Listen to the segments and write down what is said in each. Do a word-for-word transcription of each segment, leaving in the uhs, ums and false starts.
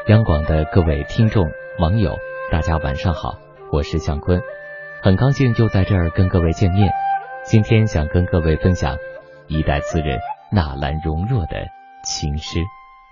央广的各位听众、网友，大家晚上好，我是向坤，很高兴又在这儿跟各位见面。今天想跟各位分享一代词人纳兰容若的情诗。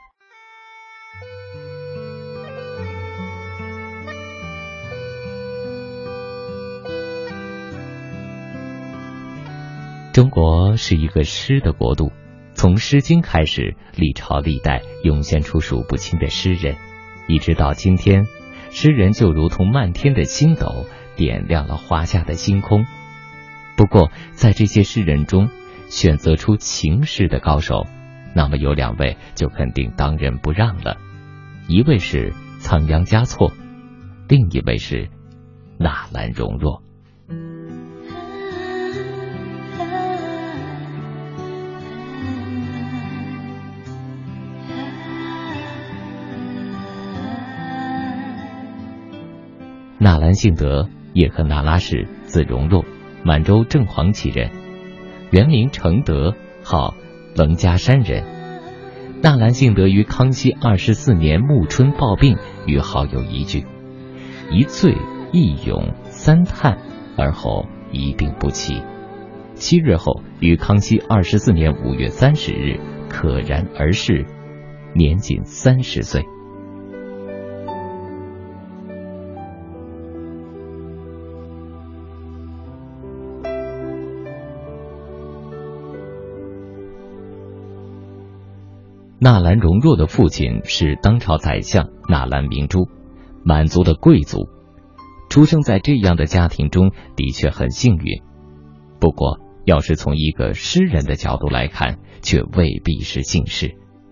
中国是一个诗的国度，从《诗经》开始，历朝历代涌现出数不清的诗人，一直到今天，诗人就如同漫天的星斗，点亮了华夏的星空。不过，在这些诗人中，选择出情诗的高手，那么有两位就肯定当仁不让了，一位是仓央嘉措，另一位是纳兰容若。纳兰性德，叶赫那拉氏，字容若，满洲正黄旗人，原名承德，号棱家山人。纳兰性德于康熙二十四年暮春暴病，与好友一聚，一醉一咏三叹，而后一病不起。七日后，于康熙二十四年五月三十日可然而逝，年仅三十岁。纳兰容若的父亲是当朝宰相纳兰明珠，满族的贵族，出生在这样的家庭中的确很幸运。不过，要是从一个诗人的角度来看，却未必是幸事。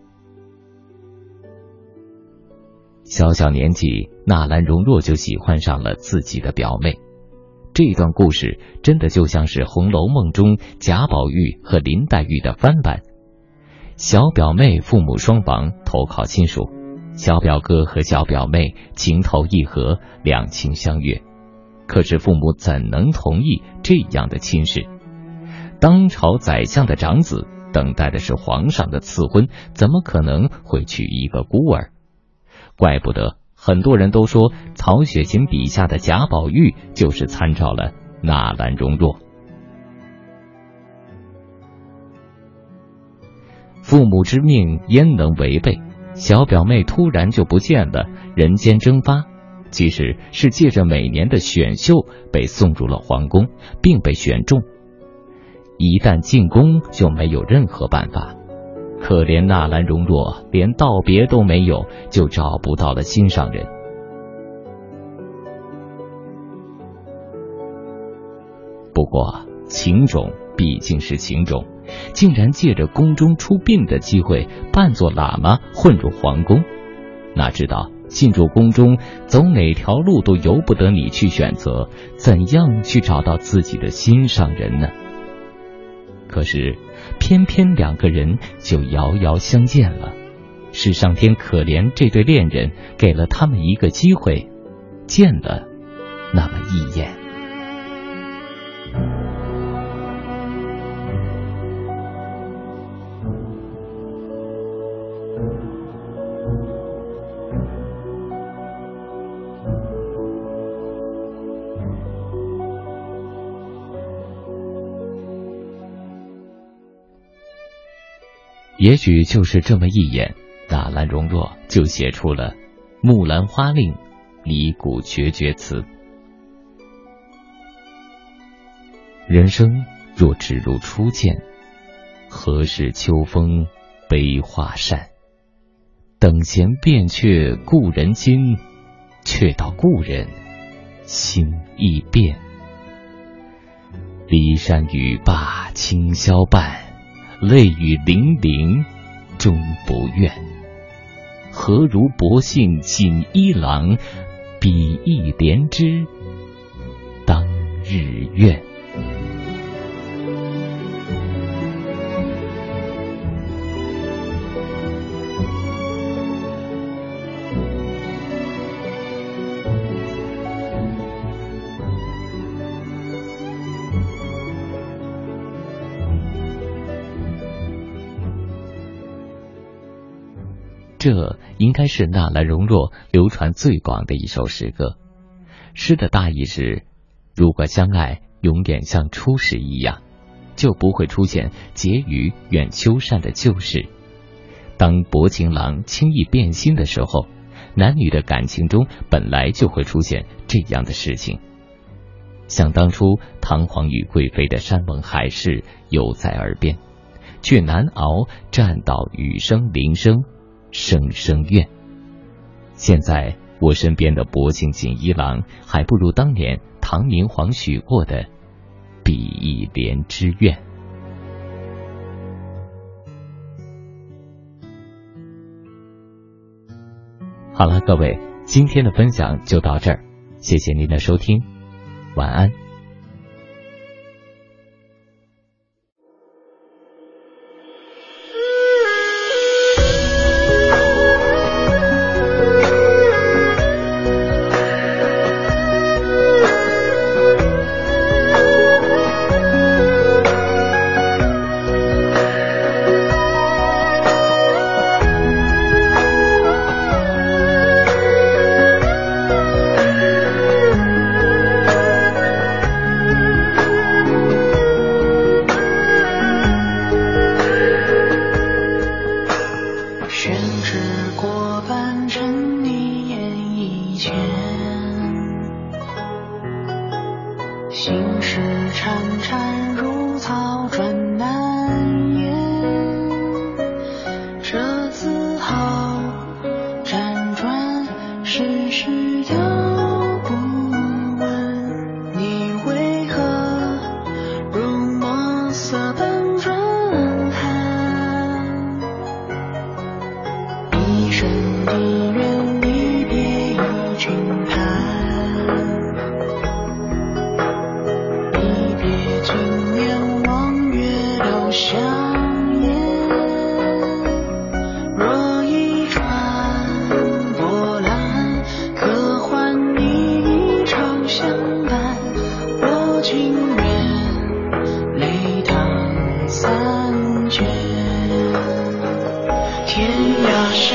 小小年纪，纳兰容若就喜欢上了自己的表妹。这段故事真的就像是《红楼梦》中贾宝玉和林黛玉的翻版。小表妹父母双亡，投靠亲属，小表哥和小表妹情投意合，两情相悦。可是父母怎能同意这样的亲事？当朝宰相的长子等待的是皇上的赐婚，怎么可能会娶一个孤儿？怪不得很多人都说曹雪芹笔下的贾宝玉就是参照了纳兰容若。父母之命焉能违背？小表妹突然就不见了，人间蒸发。其实是借着每年的选秀被送入了皇宫，并被选中。一旦进宫就没有任何办法。可怜纳兰容若连道别都没有，就找不到了心上人。不过情种毕竟是情种，竟然借着宫中出殡的机会扮作喇嘛混入皇宫。哪知道进入宫中，走哪条路都由不得你去选择，怎样去找到自己的心上人呢？可是偏偏两个人就遥遥相见了，是上天可怜这对恋人，给了他们一个机会，见了那么一眼。也许就是这么一眼，纳兰容若就写出了《木兰花令》离谷决绝词。人生若只如初见，何事秋风悲画扇？等闲变却故人心，却道故人心易变。骊山语罢清宵半，泪雨霖铃终不怨。何如薄幸锦衣郎，比翼连枝当日愿。 这应该是纳兰容若流传最广的一首诗歌。诗的大意是，如果相爱永远像初时一样，就不会出现结于远秋山的旧事。当薄情郎轻易变心的时候，男女的感情中本来就会出现这样的事情。想当初唐皇与贵妃的山盟海誓犹在耳边，却难熬战到雨声铃声声声怨。现在我身边的薄情锦衣郎，还不如当年唐明皇许过的比翼连枝愿。好了，各位，今天的分享就到这儿，谢谢您的收听，晚安。 天涯。